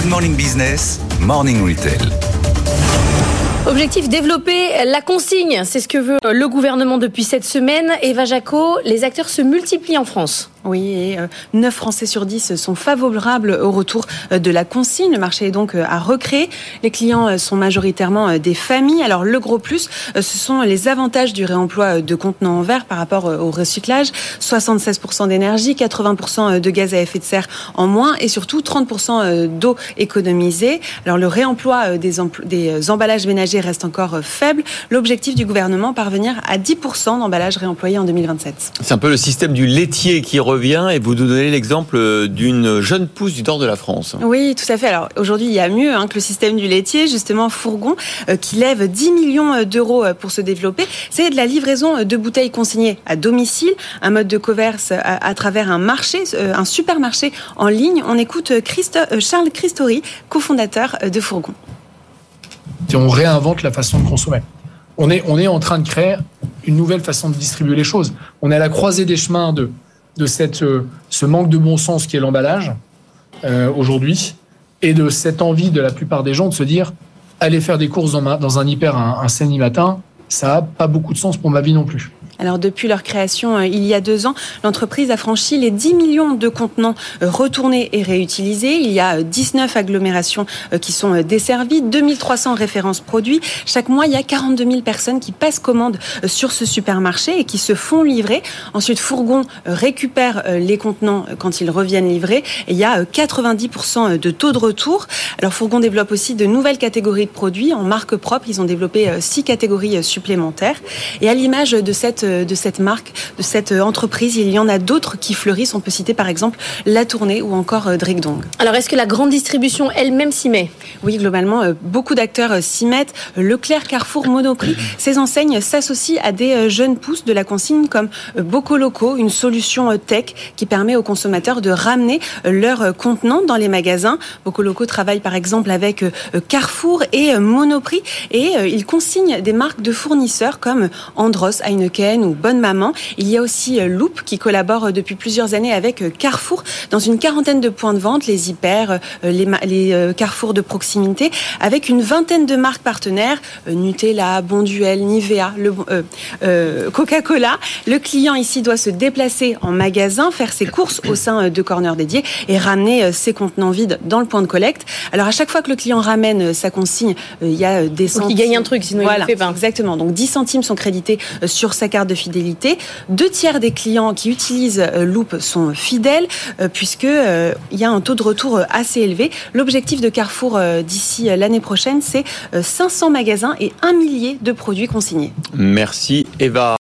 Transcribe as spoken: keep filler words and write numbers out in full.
Good Morning Business, Morning Retail. Objectif, développer la consigne. C'est ce que veut le gouvernement depuis cette semaine. Eva Jaco, les acteurs se multiplient en France. Oui, et euh, neuf Français sur dix sont favorables au retour de la consigne. Le marché est donc à recréer. Les clients sont majoritairement des familles. Alors le gros plus, ce sont les avantages du réemploi de contenants en verre par rapport au recyclage. soixante-seize pour cent d'énergie, quatre-vingts pour cent de gaz à effet de serre en moins et surtout trente pour cent d'eau économisée. Alors le réemploi des, empl- des emballages ménagers reste encore faible. L'objectif du gouvernement, parvenir à dix pour cent d'emballages réemployés en deux mille vingt-sept. C'est un peu le système du laitier qui revient et vous nous donnez l'exemple d'une jeune pousse du nord de la France. Oui, tout à fait. Alors aujourd'hui, il y a mieux hein, que le système du laitier. Justement, Fourgon, euh, qui lève dix millions d'euros pour se développer. C'est de la livraison de bouteilles consignées à domicile, un mode de commerce à, à travers un marché, euh, un supermarché en ligne. On écoute Christo, euh, Charles Christori, cofondateur de Fourgon. On réinvente la façon de consommer. On est, on est en train de créer une nouvelle façon de distribuer les choses. On est à la croisée des chemins de, de cette, euh, ce manque de bon sens qui est l'emballage euh, aujourd'hui et de cette envie de la plupart des gens de se dire aller faire des courses dans, ma, dans un hyper un, un samedi matin, ça n'a pas beaucoup de sens pour ma vie non plus. Alors depuis leur création euh, il y a deux ans, l'entreprise a franchi les dix millions de contenants euh, retournés et réutilisés. Il y a euh, dix-neuf agglomérations euh, qui sont euh, desservies, deux mille trois cents références produits. Chaque mois, il y a quarante-deux mille personnes qui passent commande euh, sur ce supermarché et qui se font livrer. Ensuite, Fourgon euh, récupère euh, les contenants euh, quand ils reviennent livrer. Et il y a euh, quatre-vingt-dix pour cent de taux de retour. Alors Fourgon développe aussi de nouvelles catégories de produits. En marque propre, ils ont développé euh, six catégories euh, supplémentaires. Et à l'image de cette de cette marque, de cette entreprise, il y en a d'autres qui fleurissent. On peut citer par exemple La Tournée ou encore Drigdong. Alors est-ce que la grande distribution elle-même s'y met ? Oui, globalement, beaucoup d'acteurs s'y mettent. Leclerc, Carrefour, Monoprix, ces enseignes s'associent à des jeunes pousses de la consigne comme Bocoloco, une solution tech qui permet aux consommateurs de ramener leurs contenants dans les magasins. Bocoloco travaille par exemple avec Carrefour et Monoprix et il consigne des marques de fournisseurs comme Andros, Heineken ou Bonne Maman. Il y a aussi Loop qui collabore depuis plusieurs années avec Carrefour dans une quarantaine de points de vente, les hyper, les, les Carrefour de proximité, avec une vingtaine de marques partenaires, Nutella, Bonduelle, Nivea, le, euh, euh, Coca-Cola. Le client ici doit se déplacer en magasin, faire ses courses au sein de corners dédiés et ramener ses contenants vides dans le point de collecte. Alors à chaque fois que le client ramène sa consigne, il y a des centimes. Donc il gagne un truc, sinon voilà, il ne le fait pas. Exactement. Donc dix centimes sont crédités sur sa carte de fidélité. Deux tiers des clients qui utilisent Loop sont fidèles euh, puisque euh, il y a un taux de retour assez élevé. L'objectif de Carrefour euh, d'ici l'année prochaine, c'est euh, cinq cents magasins et un millier de produits consignés. Merci Eva.